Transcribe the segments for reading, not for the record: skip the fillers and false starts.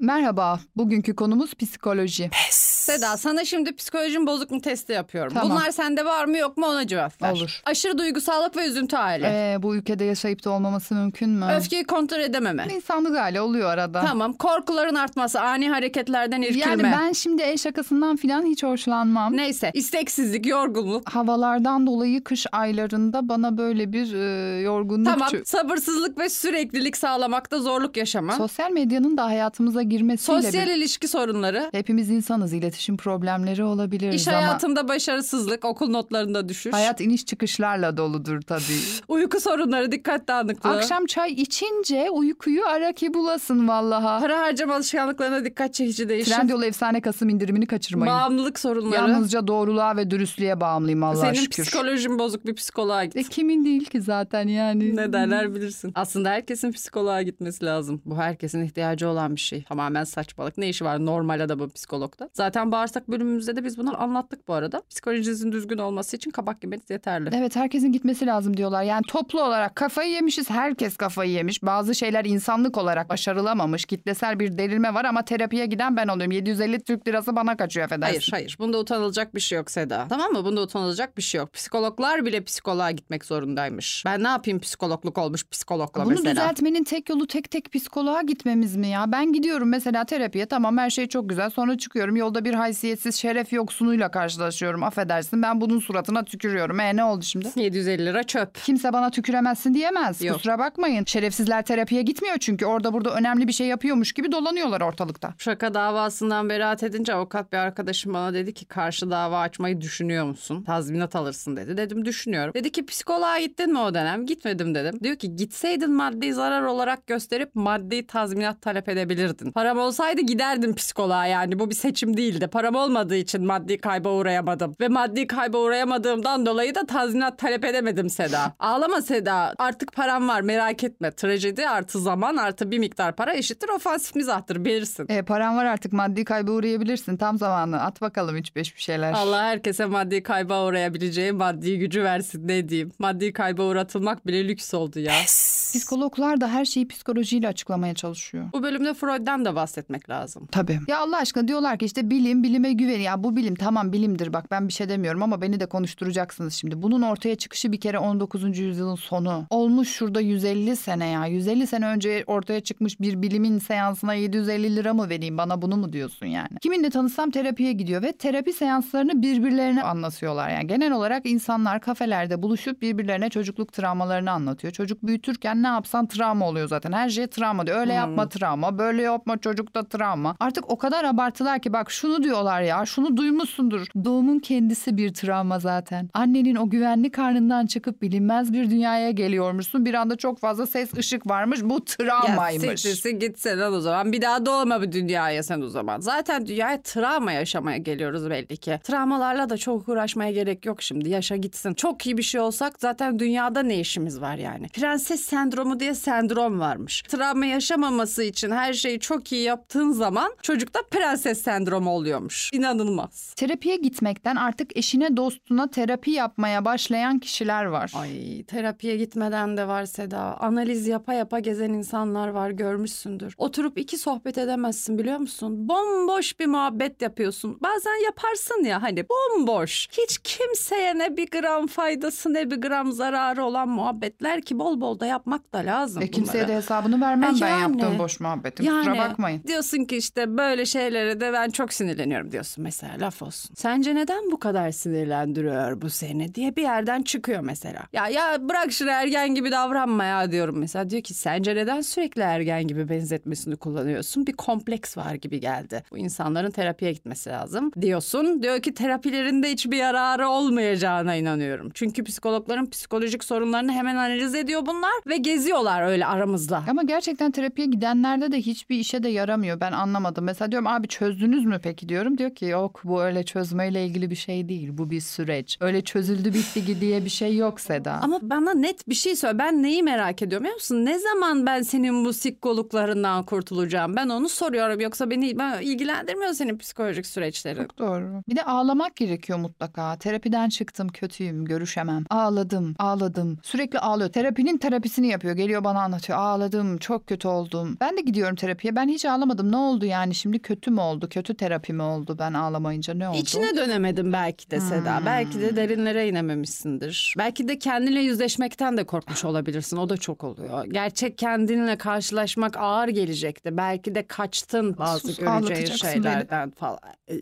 Merhaba, bugünkü konumuz psikoloji. Seda, sana şimdi psikolojin bozuk mu testi yapıyorum. Tamam. Bunlar sende var mı yok mu ona cevap ver. Olur. Aşırı duygusallık ve üzüntü hali. Bu ülkede yaşayıp da olmaması mümkün mü? Öfkeyi kontrol edememe. İnsanlık hali oluyor arada. Tamam. Korkuların artması, ani hareketlerden irkilme. Yani ben şimdi el şakasından falan hiç hoşlanmam. Neyse, isteksizlik, yorgunluk. Havalardan dolayı kış aylarında bana böyle bir yorgunluk... Tamam. Sabırsızlık ve süreklilik sağlamakta zorluk yaşama. Sosyal medyanın da hayatımıza girmesiyle... Sosyal ilişki sorunları. Hepimiz insanız, iletişim problemleri olabilir. İş hayatında başarısızlık, okul notlarında düşüş. Hayat iniş çıkışlarla doludur tabii. Uyku sorunları, dikkat dağınıklığı. Akşam çay içince uykuyu ara ki bulasın vallaha. Para harcama alışkanlıklarına dikkat çekici değişim. Trendyol efsane Kasım indirimini kaçırmayın. Bağımlılık sorunları. Yalnızca doğruluğa ve dürüstlüğe bağımlıyım Allah'a Senin şükür. Senin psikolojin bozuk, bir psikoloğa git. Kimin değil ki zaten yani. Ne derler bilirsin. Aslında herkesin psikoloğa gitmesi lazım. Bu herkesin ihtiyacı olan bir şey. Tamamen saçmalık. Ne işi var normal adamın psikologda? Zaten bağırsak bölümümüzde de biz bunu anlattık bu arada. Psikolojinizin düzgün olması için kabak yemeniz yeterli. Evet, herkesin gitmesi lazım diyorlar. Yani toplu olarak kafayı yemişiz. Herkes kafayı yemiş. Bazı şeyler insanlık olarak başarılamamış. Kitlesel bir derilme var ama terapiye giden ben oluyorum. 750 Türk lirası bana kaçıyor, affedersin. Hayır. Bunda utanılacak bir şey yok Seda. Tamam mı? Bunda utanılacak bir şey yok. Psikologlar bile psikoloğa gitmek zorundaymış. Ben ne yapayım psikologluk olmuş psikologla bunu mesela. Bunu düzeltmenin tek yolu tek psikoloğa gitmemiz mi ya? Ben gidiyorum mesela terapiye, tamam her şey çok güzel. Sonra çıkıyorum, yolda bir haysiyetsiz şeref yoksunuyla karşılaşıyorum. Affedersin, ben bunun suratına tükürüyorum. Ne oldu şimdi? 750 lira çöp. Kimse bana tüküremezsin diyemez. Yok. Kusura bakmayın. Şerefsizler terapiye gitmiyor çünkü. Orada burada önemli bir şey yapıyormuş gibi dolanıyorlar ortalıkta. Şaka davasından beraat edince avukat bir arkadaşım bana dedi ki karşı dava açmayı düşünüyor musun? Tazminat alırsın dedi. Dedim düşünüyorum. Dedi ki psikoloğa gittin mi o dönem? Gitmedim dedim. Diyor ki gitseydin maddi zarar olarak gösterip maddi tazminat talep edebilirdin. Param olsaydı giderdim psikoloğa, yani bu bir seçim değildi. Param olmadığı için maddi kayba uğrayamadım. Ve maddi kayba uğrayamadığımdan dolayı da tazminat talep edemedim Seda. Ağlama Seda, artık param var, merak etme. Trajedi artı zaman artı bir miktar para eşittir ofansif mizahtır, bilirsin. Paran var artık, maddi kayba uğrayabilirsin, tam zamanı. At bakalım 3-5 bir şeyler. Allah herkese maddi kayba uğrayabileceği maddi gücü versin, ne diyeyim. Maddi kayba uğratılmak bile lüks oldu ya. Psikologlar da her şeyi psikolojiyle açıklamaya çalışıyor. Bu bölümde Freud'dan da bahsetmek lazım. Tabii. Ya Allah aşkına, diyorlar ki işte bilim, bilime güven. Ya bu bilim tamam bilimdir, bak ben bir şey demiyorum ama beni de konuşturacaksınız şimdi. Bunun ortaya çıkışı bir kere 19. yüzyılın sonu. Olmuş şurada 150 sene ya. 150 sene önce ortaya çıkmış bir bilimin seansına 750 lira mı vereyim, bana bunu mu diyorsun yani? Kiminle tanışsam terapiye gidiyor ve terapi seanslarını birbirlerine anlatıyorlar. Yani genel olarak insanlar kafelerde buluşup birbirlerine çocukluk travmalarını anlatıyor. Çocuk büyütürken ne yapsan travma oluyor zaten. Her şey travma diyor. Öyle yapma travma, böyle yapma çocukta travma. Artık o kadar abartılar ki bak şunu diyorlar ya, şunu duymuşsundur. Doğumun kendisi bir travma zaten. Annenin o güvenli karnından çıkıp bilinmez bir dünyaya geliyormuşsun. Bir anda çok fazla ses ışık varmış. Bu travmaymış. Ya siktirsin gitsen o zaman. Bir daha doğma bu dünyaya sen o zaman. Zaten dünyaya travma yaşamaya geliyoruz belli ki. Travmalarla da çok uğraşmaya gerek yok şimdi. Yaşa gitsin. Çok iyi bir şey olsak zaten dünyada ne işimiz var yani? Prenses sendromu diye sendrom varmış. Travma yaşamaması için her şeyi çok iyi yaptığın zaman çocukta prenses sendromu oluyormuş. İnanılmaz. Terapiye gitmekten artık eşine dostuna terapi yapmaya başlayan kişiler var. Ay, terapiye gitmeden de var Seda. Analiz yapa yapa gezen insanlar var, görmüşsündür. Oturup 2 sohbet edemezsin biliyor musun? Bomboş bir muhabbet yapıyorsun. Bazen yaparsın ya hani bomboş. Hiç kimseye ne bir gram faydası ne bir gram zararı olan muhabbetler ki bol bol da yapmak da lazım. Kimseye de hesabını vermem ben yaptığım boş muhabbetin. Kusura bakmayın. Diyorsun ki işte böyle şeylere de ben çok sinirleniyorum diyorsun mesela, laf olsun. Sence neden bu kadar sinirlendiriyor bu seni diye bir yerden çıkıyor mesela. Ya bırak şunu, ergen gibi davranma ya diyorum mesela. Diyor ki sence neden sürekli ergen gibi benzetmesini kullanıyorsun? Bir kompleks var gibi geldi. Bu insanların terapiye gitmesi lazım diyorsun. Diyor ki terapilerinde hiçbir yararı olmayacağına inanıyorum. Çünkü psikologların psikolojik sorunlarını hemen analiz ediyor bunlar ve geziyorlar öyle aramızda. Ama gerçekten terapiye gidenlerde de hiçbir işe de yaramıyor. Ben anlamadım. Mesela diyorum abi çözdünüz mü peki diyorum. Diyor ki yok, bu öyle çözmeyle ilgili bir şey değil. Bu bir süreç. Öyle çözüldü bitti diye bir şey yok Seda. Ama bana net bir şey söyle. Ben neyi merak ediyorum biliyor musun? Ne zaman ben senin bu psikologlarından kurtulacağım? Ben onu soruyorum. Yoksa beni ilgilendirmiyor senin psikolojik süreçlerin. Çok doğru. Bir de ağlamak gerekiyor mutlaka. Terapiden çıktım, kötüyüm, görüşemem. Ağladım. Sürekli ağlıyor. Terapinin terapisini yapıyor. Geliyor bana anlatıyor. Ağladım, çok kötü oldum. Ben de gidiyorum terapiye. Ben hiç ağlamadım. Ne oldu yani şimdi, kötü mü oldu? Kötü terapi mi oldu ben ağlamayınca, ne oldu? İçine dönemedim belki de Seda. Belki de derinlere inememişsindir. Belki de kendinle yüzleşmekten de korkmuş olabilirsin. O da çok oluyor. Gerçek kendinle karşılaşmak ağır gelecekti. Belki de kaçtın bazı göreceğin ağlatacaksın şeylerden falan.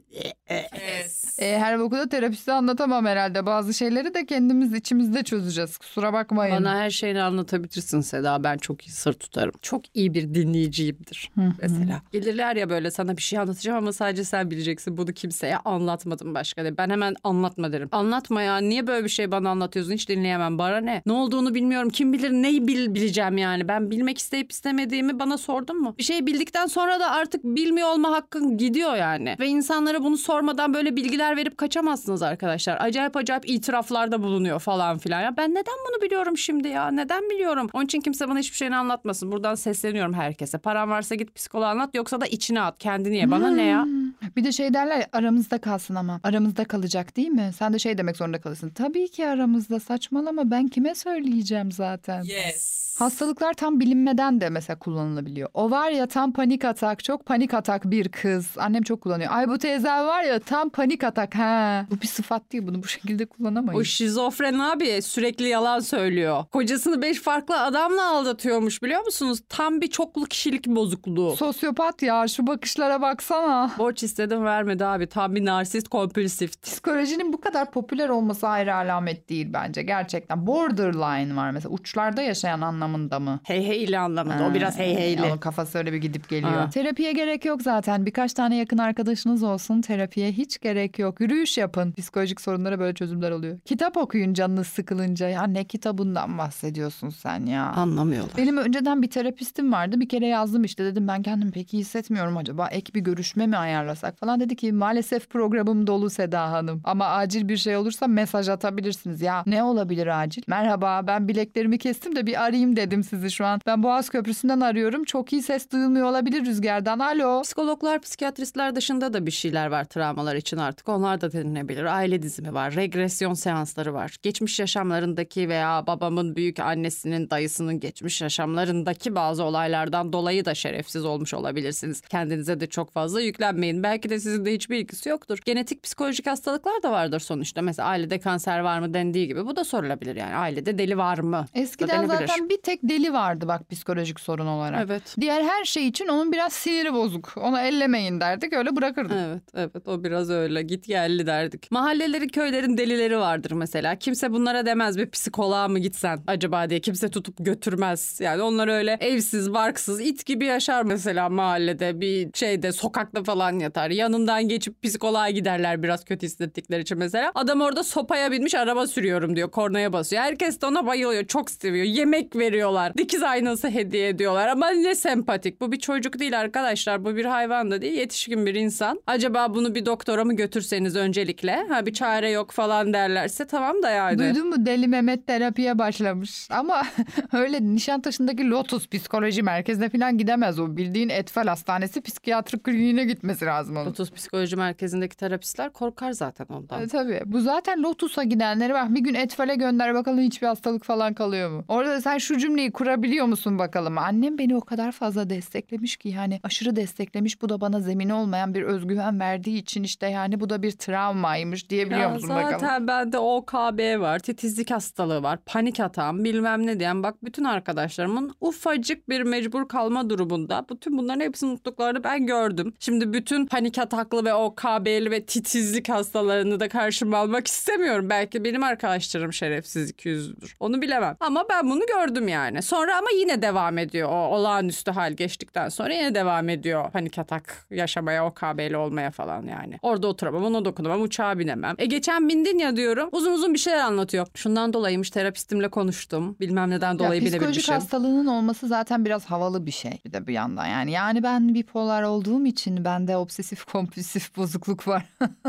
Her okulda terapiste anlatamam herhalde. Bazı şeyleri de kendimiz içimizde çözeceğiz. Kusura bakmayın. Bana her şeyini anlatabilirsin Seda. Ben çok iyi sır tutarım. Çok iyi bir dinleyiciyimdir mesela. Gelirler ya böyle, sana bir şey anlatacağım ama sadece sen bileceksin. Bunu kimseye anlatmadım başka diye. Ben hemen anlatma derim. Anlatma ya, niye böyle bir şey bana anlatıyorsun, hiç dinleyemem. Bana ne? Ne olduğunu bilmiyorum. Kim bilir neyi bileceğim yani. Ben bilmek isteyip istemediğimi bana sordun mu? Bir şey bildikten sonra da artık bilmiyor olma hakkın gidiyor yani. Ve insanlara bunu sormadan böyle bilgiler verip kaçamazsınız arkadaşlar. Acayip itiraflarda bulunuyor falan filan. Ya ben neden bunu biliyorum şimdi ya? Neden biliyorum? Onun için kimse bana hiçbir şeyini anlatmasın. Buradan sesleniyorum herkese. Paran varsa git psikoloğa anlat, yoksa da içine at. Kendini ye. Bana ne ya? Bir de şey derler ya, aramızda kalsın ama. Aramızda kalacak değil mi? Sen de şey demek zorunda kalırsın. Tabii ki aramızda, saçmalama, ben kime söyleyeceğim zaten. Yes. Hastalıklar tam bilinmeden de mesela kullanılabiliyor. O var ya, tam panik atak, çok panik atak bir kız. Annem çok kullanıyor. Ay bu teyze var ya, tam panik atak. Ha. Bu bir sıfat değil, bunu bu şekilde kullanamayız. O şizofren abi sürekli yalan söylüyor. Kocasını 5 farklı adamla aldatıyormuş, biliyor musunuz? Tam bir çoklu kişilik bozukluğu. Sosyopat ya, şu bakışlara baksana. Borç istedim vermedi abi. Tam bir narsist kompulsif. Psikolojinin bu kadar popüler olması ayrı alamet değil bence. Gerçekten borderline var mesela. Uçlarda yaşayan anlamında mı? Hey heyli anlamında. O biraz hey heyli. Onun kafası öyle bir gidip geliyor. Ha. Terapiye gerek yok zaten. Birkaç tane yakın arkadaşınız olsun. Terapiye hiç gerek yok. Yürüyüş yapın. Psikolojik sorunlara böyle çözümler oluyor. Kitap okuyun canınız sıkılınca. Ya ne kitabından bahsediyorsun sen ya? Anlamıyorlar. Benim önceden bir terapistim vardı. Bir kere yazdım işte, dedim ben kendimi pek iyi hissetmiyorum, acaba ek bir görüşme mi ayarlasak falan. Dedi ki maalesef programım dolu Seda Hanım. Ama acil bir şey olursa mesaj atabilirsiniz. Ya ne olabilir acil? Merhaba, ben bileklerimi kestim de bir arayayım dedim sizi şu an. Ben Boğaz Köprüsü'nden arıyorum. Çok iyi ses duyulmuyor olabilir rüzgardan. Alo. Psikologlar, psikiyatristler dışında da bir şeyler var travmalar için artık. Onlar da denilebilir. Aile dizimi var. Regresyon seansları var. Geçmiş yaşamlarındaki veya babamın büyük annesinin, dayısının geçmiş yaşamlarındaki bazı olaylardan dolayı da şerefsiz olmuş olabilirsiniz. Kendinize de çok fazla yüklenmeyin. Belki de sizin de hiçbir ilgisi yoktur. Genetik psikolojik hastalıklar da vardır sonuçta. Mesela ailede kanser var mı dendiği gibi bu da sorulabilir yani. Ailede deli var mı? Eskiden zaten bir tek deli vardı bak, psikolojik sorun olarak. Evet. Diğer her şey için onun biraz siniri bozuk. Onu ellemeyin derdik, öyle bırakırdık. Evet o biraz öyle, git gelli derdik. Mahalleleri, köylerin delileri vardır mesela. Kimse bunlara demez bir psikoloğa mı gitsen acaba diye, kimse tutup götürmez. Yani onlar öyle evsiz barksız it gibi yaşar mesela mahallede, bir şeyde sokakta falan yatar. Yanından geçip psikoloğa giderler biraz kötü hissettikleri için mesela. Adam orada sopaya binmiş araba sürüyorum diyor, kornaya basıyor. Herkes de ona bayılıyor, çok seviyor. Yemek veriyorlar, dikiz aynası hediye ediyorlar ama ne sempatik. Bu bir çocuk değil arkadaşlar, bu bir hayvan da değil, yetişkin bir insan. Acaba bunu bir doktora mı götürseniz öncelikle, ha bir çare yok falan derlerse tamam da yani. Duydun mu, Deli Mehmet terapiye başlamış ama öyle Nişantaşı'ndaki Lotus Psikoloji Merkezi'ne falan gidemez o. Bildiğin Etfal Hastanesi psikiyatri kliniğine gitmesi lazım onun. Lotus Psikoloji Merkezi'ndeki terapistler korkar zaten ondan. Tabii. Bu zaten Lotus'a gidenleri bak bir gün Etfal'e gönder bakalım, hiçbir hastalık falan kalıyor mu? Orada sen şu cümleyi kurabiliyor musun bakalım? Annem beni o kadar fazla desteklemiş ki, yani aşırı desteklemiş. Bu da bana zemini olmayan bir özgüven verdiği için işte, yani bu da bir travmaymış diyebiliyor musun bakalım? Zaten bende OKB var, titizlik hastalığı var, panik atağım bilmem ne diyen, bak bütün arkadaşlarımın ufacık bir mecbur kalma durumunda bütün bunların hepsini unuttuklarını ben gördüm. Şimdi bütün panik ataklı ve OKB'li ve titizlik hastalarını da karşıma almak istemiyorum. Belki benim arkadaşlarım şerefsizlik yüzüdür. Onu bilemem. Ama ben bunu gördüm yani. Sonra ama yine devam ediyor. O olağanüstü hal geçtikten sonra yine devam ediyor. Panik atak yaşamaya, OKB'li olmaya falan yani. Orada oturamam, ona dokunamam, uçağa binemem. Geçen bindin ya diyorum. Uzun uzun bir şeyler anlatıyor. Şundan dolayıymış, terapistimle konuştum. Bilmem neden dolayı binebilmişim. Psikolojik hastalığının olması zaten biraz havalı bir şey bir de bir yandan yani. Yani ben bipolar olduğum için bende obsesif kompulsif bozukluk var.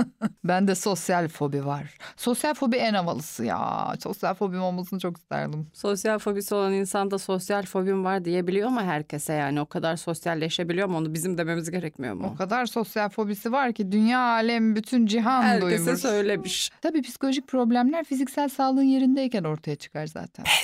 Bende sosyal fobi var. Sosyal fobi en havalısı ya. Sosyal fobim olmasını çok isterdim. Sosyal fobisi olan insan da sosyal fobim var diyebiliyor mu herkese yani? O kadar sosyalleşebiliyor mu? Onu bizim dememiz gerekmiyor mu? O kadar sosyal fobisi var ki dünya alem bütün cihan herkese duymuş. söylemiş. Tabii psikolojik problemler fiziksel sağlığın yerindeyken ortaya çıkar zaten. Pes.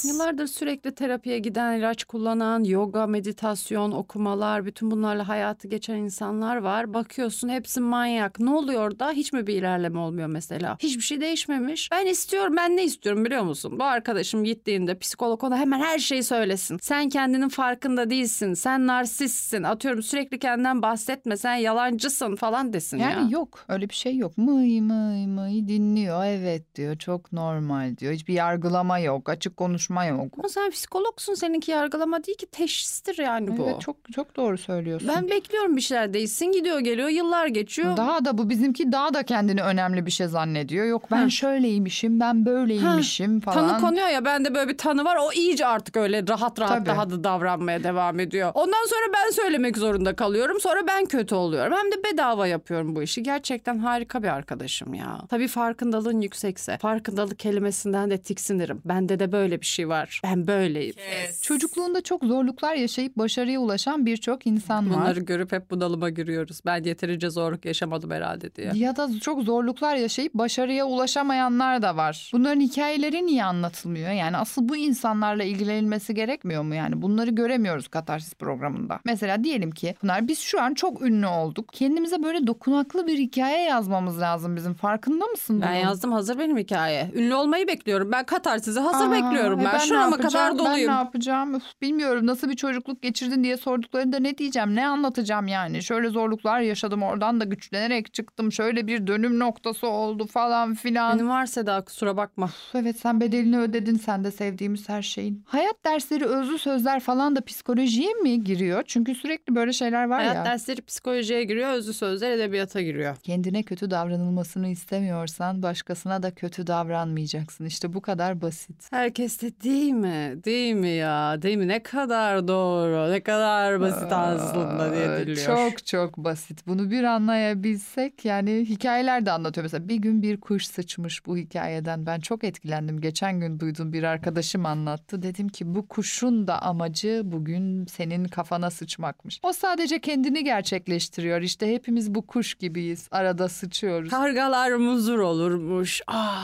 Yıllardır sürekli terapiye giden, ilaç kullanan, yoga, meditasyon, okumalar, bütün bunlarla hayatı geçen insanlar var. Bakıyorsun hepsi manyak. Ne oluyor da hiç mi bir ilerleme olmuyor mesela? Hiçbir şey değişmemiş. Ben ne istiyorum biliyor musun? Bu arkadaşım gittiğinde psikolog ona hemen her şeyi söylesin. Sen kendinin farkında değilsin. Sen narsistsin. Atıyorum sürekli kendinden bahsetme. Sen yalancısın falan desin ya. Yani yok öyle bir şey yok. Mıy mıy mıy dinliyor, evet diyor, çok normal diyor. Hiçbir yargılama yok, açık konuşma yok. Ama sen psikologsun, seninki yargılama değil ki, teşhistir yani bu. Evet, çok çok doğru söylüyorsun. Ben bekliyorum bir şeyler değişsin, gidiyor geliyor, yıllar geçiyor. Daha da bu bizimki daha da kendini önemli bir şey zannediyor. Yok ben şöyleymişim, ben böyleymişim falan. Tanı konuyor ya, bende böyle bir tanı var, o iyice artık öyle rahat Tabii. daha da davranmaya devam ediyor. Ondan sonra ben söylemek zorunda kalıyorum, sonra ben kötü oluyorum. Hem de bedava yapıyorum bu işi. Gerçekten harika bir arkadaşım ya. Tabii farkındalığın yüksekse, farkındalık kelimesinden de tiksinirim. Bende de böyle bir şey var. Ben böyleyim. Çocukluğunda çok zorluklar yaşayıp başarıya ulaşan birçok insan var. Bunları görüp hep bunalıma giriyoruz. Ben yeterince zorluk yaşamadım herhalde diye. Ya da çok zorluklar yaşayıp başarıya ulaşamayanlar da var. Bunların hikayeleri niye anlatılmıyor? Yani asıl bu insanlarla ilgilenilmesi gerekmiyor mu yani? Bunları göremiyoruz Katarsis programında. Mesela diyelim ki Pınar, biz şu an çok ünlü olduk. Kendimize böyle dokunaklı bir hikaye yazmamız lazım bizim. Farkında mısın bunun? Ben yazdım, hazır benim hikaye. Ünlü olmayı bekliyorum. Ben Katarsis'i hazır bekliyorum. Ben ne şurama kadar yapacağım? doluyum. Ben ne yapacağım? Üf, bilmiyorum, nasıl bir çocukluk geçirdin diye sorduklarında ne diyeceğim? Ne anlatacağım yani? Şöyle zorluklar yaşadım, oradan da güçlenerek çıktım. Şöyle bir dönüm noktası oldu falan filan. Benim var Seda, kusura bakma. Evet, sen bedelini ödedin, sen de sevdiğimiz her şeyin. Hayat dersleri, özlü sözler falan da psikolojiye mi giriyor? Çünkü sürekli böyle şeyler var Hayat ya. dersleri psikolojiye giriyor, özlü sözler edebiyata giriyor. Kendine kötü davranılmasını istemiyorsan başkasına da kötü davranmayacaksın. İşte bu kadar basit. Herkes de değil mi? Değil mi ya? Değil mi? Ne kadar doğru, ne kadar basit aslında diye diliyor. Çok çok basit. Bunu bir anlayabilsek, yani hikayeler de anlatıyor. Mesela bir gün bir kuş sıçmış, bu hikayeden ben çok etkilendim. Geçen gün duydum, bir arkadaşım anlattı. Dedim ki bu kuşun da amacı bugün senin kafana sıçmakmış. O sadece kendini gerçekleştiriyor. İşte hepimiz bu kuş gibiyiz. Arada sıçıyoruz. Kargalar muzur olurmuş.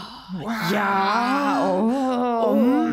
Ah, Ya. Oo.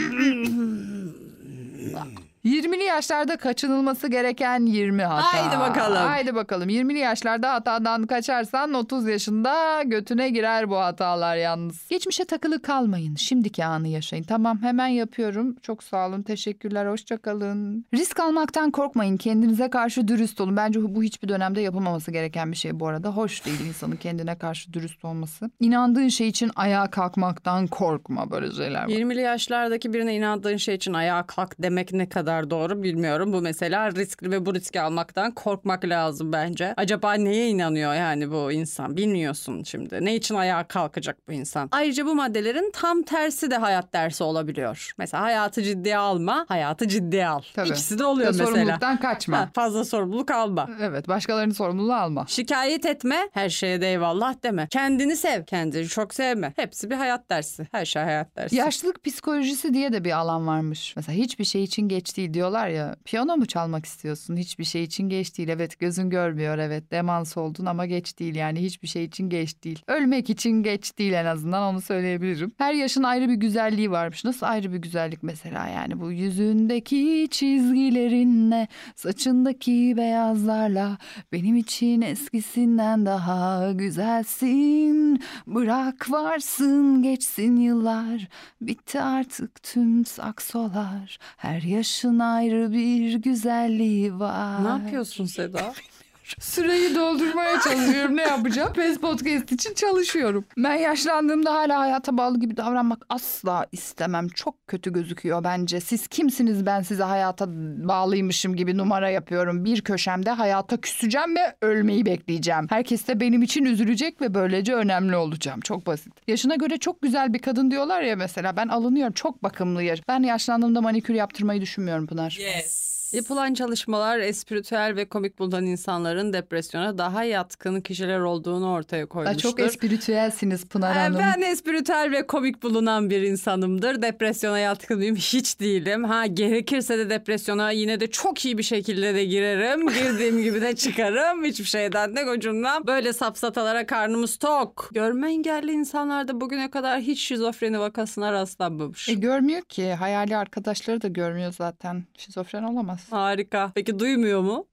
20'li yaşlarda kaçınılması gereken 20 hata. Haydi bakalım. Haydi bakalım. 20'li yaşlarda hatadan kaçarsan 30 yaşında götüne girer bu hatalar yalnız. Geçmişe takılı kalmayın. Şimdiki anı yaşayın. Tamam, hemen yapıyorum. Çok sağ olun. Teşekkürler. Hoşça kalın. Risk almaktan korkmayın. Kendinize karşı dürüst olun. Bence bu hiçbir dönemde yapılmaması gereken bir şey bu arada. Hoş değil insanın kendine karşı dürüst olması. İnandığın şey için ayağa kalkmaktan korkma. Böyle şeyler var. 20'li yaşlardaki birine inandığın şey için ayağa kalk demek ne kadar doğru bilmiyorum. Bu mesela riskli ve bu riski almaktan korkmak lazım bence. Acaba neye inanıyor yani bu insan? Bilmiyorsun şimdi. Ne için ayağa kalkacak bu insan? Ayrıca bu maddelerin tam tersi de hayat dersi olabiliyor. Mesela hayatı ciddiye alma, hayatı ciddiye al. Tabii. İkisi de oluyor mesela. Sorumluluktan kaçma. Fazla sorumluluk alma. Evet, başkalarının sorumluluğu alma. Şikayet etme, her şeye de eyvallah deme. Kendini sev, kendini çok sevme. Hepsi bir hayat dersi. Her şey hayat dersi. Yaşlılık psikolojisi diye de bir alan varmış. Mesela hiçbir şey için geç değil diyorlar ya. Piyano mu çalmak istiyorsun? Hiçbir şey için geç değil. Evet, gözün görmüyor, evet. Demans oldun ama geç değil yani. Hiçbir şey için geç değil. Ölmek için geç değil, en azından onu söyleyebilirim. Her yaşın ayrı bir güzelliği varmış. Nasıl ayrı bir güzellik mesela yani? Bu yüzündeki çizgilerinle, saçındaki beyazlarla benim için eskisinden daha güzelsin. Bırak varsın geçsin yıllar, bitti artık tüm saksolar. Her yaşın ayrı bir güzelliği var. Ne yapıyorsun Seda? Süreyi doldurmaya çalışıyorum. Ne yapacağım? Pes Podcast için çalışıyorum. Ben yaşlandığımda hala hayata bağlı gibi davranmak asla istemem. Çok kötü gözüküyor bence. Siz kimsiniz, ben size hayata bağlıymışım gibi numara yapıyorum. Bir köşemde hayata küseceğim ve ölmeyi bekleyeceğim. Herkes de benim için üzülecek ve böylece önemli olacağım. Çok basit. Yaşına göre çok güzel bir kadın diyorlar ya mesela. Ben alınıyorum. Çok bakımlıyım. Ben yaşlandığımda manikür yaptırmayı düşünmüyorum Pınar. Yes. Yapılan çalışmalar espritüel ve komik bulunan insanların depresyona daha yatkın kişiler olduğunu ortaya koymuştur. Çok espritüelsiniz Pınar Hanım. Ben espritüel ve komik bulunan bir insanımdır. Depresyona yatkın mıyım? Hiç değilim. Gerekirse de depresyona yine de çok iyi bir şekilde de girerim. Girdiğim gibi de çıkarım. Hiçbir şeyden de gocunmam. Böyle safsatalara karnımız tok. Görme engelli insanlar da bugüne kadar hiç şizofreni vakasına rastlanmamış. Görmüyor ki. Hayali arkadaşları da görmüyor zaten. Şizofren olamaz. Harika. Peki duymuyor mu?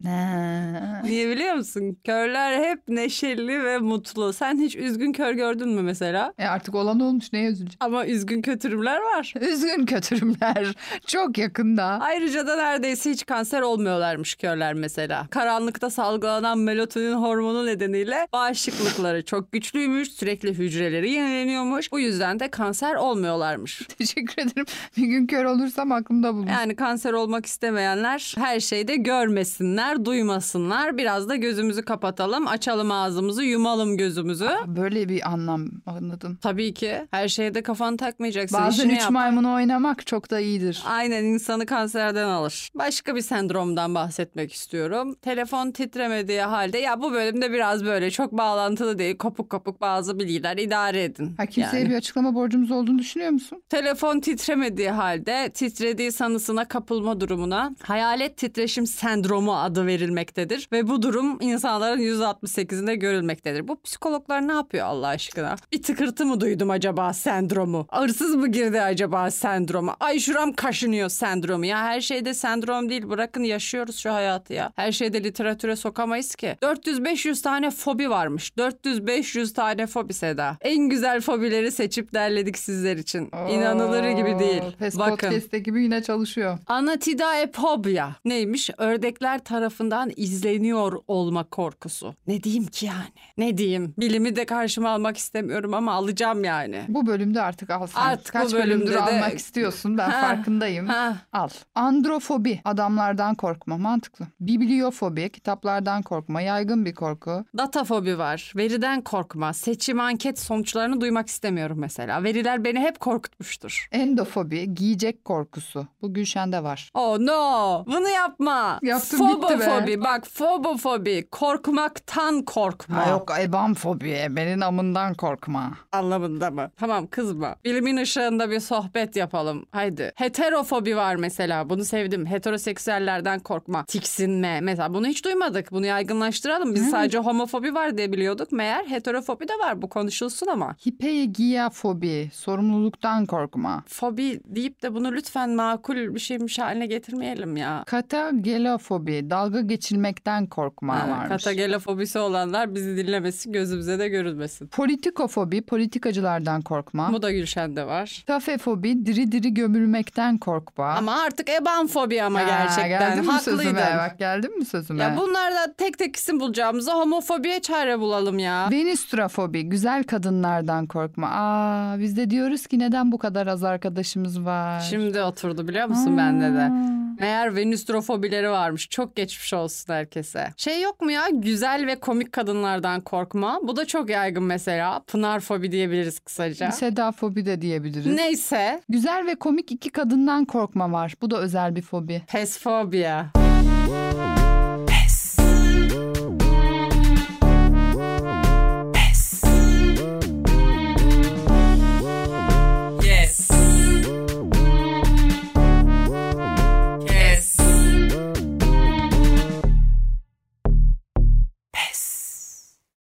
Ne? Niye biliyor musun? Körler hep neşeli ve mutlu. Sen hiç üzgün kör gördün mü mesela? Artık olan olmuş. Neye üzüleceğim? Ama üzgün kötürümler var. Üzgün kötürümler. Çok yakında. Ayrıca da neredeyse hiç kanser olmuyorlarmış körler mesela. Karanlıkta salgılanan melatonin hormonu nedeniyle bağışıklıkları çok güçlüymüş. Sürekli hücreleri yenileniyormuş. Bu yüzden de kanser olmuyorlarmış. Teşekkür ederim. Bir gün kör olursam aklımda bulunsun. Yani kanser olmak istemeyenler her şeyde görmesinler, duymasınlar. Biraz da gözümüzü kapatalım, açalım ağzımızı, yumalım gözümüzü. Böyle bir anlam anladım. Tabii ki. Her şeyde kafanı takmayacaksın. Bazen İşini 3 yap. maymunu oynamak çok da iyidir. Aynen, insanı kanserden alır. Başka bir sendromdan bahsetmek istiyorum. Telefon titremediği halde, ya bu bölümde biraz böyle çok bağlantılı değil, kopuk kopuk bazı bilgiler, idare edin. Kimseye Yani. bir açıklama borcumuz olduğunu düşünüyor musun? Telefon titremediği halde titrediği sanısına kapılma durumuna hayalet titreşim sendromu adı verilmektedir. Ve bu durum insanların %68'inde görülmektedir. Bu psikologlar ne yapıyor Allah aşkına? Bir tıkırtı mı duydum acaba sendromu? Hırsız mı girdi acaba sendromu? Ay şuram kaşınıyor sendromu. Ya her şeyde sendrom değil, bırakın yaşıyoruz şu hayatı ya. Her şeyde literatüre sokamayız ki. 400-500 tane fobi varmış. 400-500 tane fobi Seda. En güzel fobileri seçip derledik sizler için. İnanılır gibi değil. Bakın. Podcast'te gibi yine çalışıyor. Anatidaepobia neymiş? Ördekler tarafından izleniyor olma korkusu. Ne diyeyim ki yani? Ne diyeyim? Bilimi de karşıma almak istemiyorum ama alacağım yani. Bu bölümde artık al sen. Artık Kaç bu bölümde bölümdür de- almak istiyorsun, ben farkındayım. Al. Androfobi, adamlardan korkma, mantıklı. Bibliofobi, kitaplardan korkma, yaygın bir korku. Datafobi var. Veriden korkma. Seçim anket sonuçlarını duymak istemiyorum mesela. Veriler beni hep korkutmuştur. Endofobi, giyecek korkusu. Bu Gülşen'de var. Oh no! Bunu yapma. Yaptım, bitti be. Fobofobi. Bak, fobofobi. Korkmaktan korkma. Yok, ebamfobi, benim amından korkma. Anlamında mı? Tamam, kızma. Bilimin ışığında bir sohbet yapalım. Haydi. Heterofobi var mesela. Bunu sevdim. Heteroseksüellerden korkma. Tiksinme. Mesela bunu hiç duymadık. Bunu yaygınlaştıralım. Biz sadece homofobi var diye biliyorduk. Meğer heterofobi de var. Bu konuşulsun ama. Hipegiyafobi, sorumluluktan korkma. Fobi deyip de bunu lütfen makul bir şeymiş haline getirmeyelim ya. Katagelofobi, dalga geçilmekten korkma varmış. Katagelofobisi olanlar bizi dinlemesin, gözümüze de görülmesin. Politikofobi, politikacılardan korkma. Bu da Gülşen'de var. Kafefobi, diri diri gömülmekten korkma. Ama artık ebanfobi ama gerçekten. Geldin mi Haklıydın. sözüme? Bak, geldin mi sözüme? Ya bunlardan tek tek isim bulacağımıza homofobiye çare bulalım ya. Venüstrafobi, güzel kadınlardan korkma. Biz de diyoruz ki neden bu kadar az arkadaşımız var? Şimdi oturdu biliyor musun bende de. Meğer venüstrofobileri varmış. Çok geçmiş olsun herkese. Şey yok mu ya? Güzel ve komik kadınlardan korkma. Bu da çok yaygın mesela. Pınarfobi diyebiliriz kısaca. Sedafobi de diyebiliriz. Neyse. Güzel ve komik iki kadından korkma var. Bu da özel bir fobi. Pesfobia.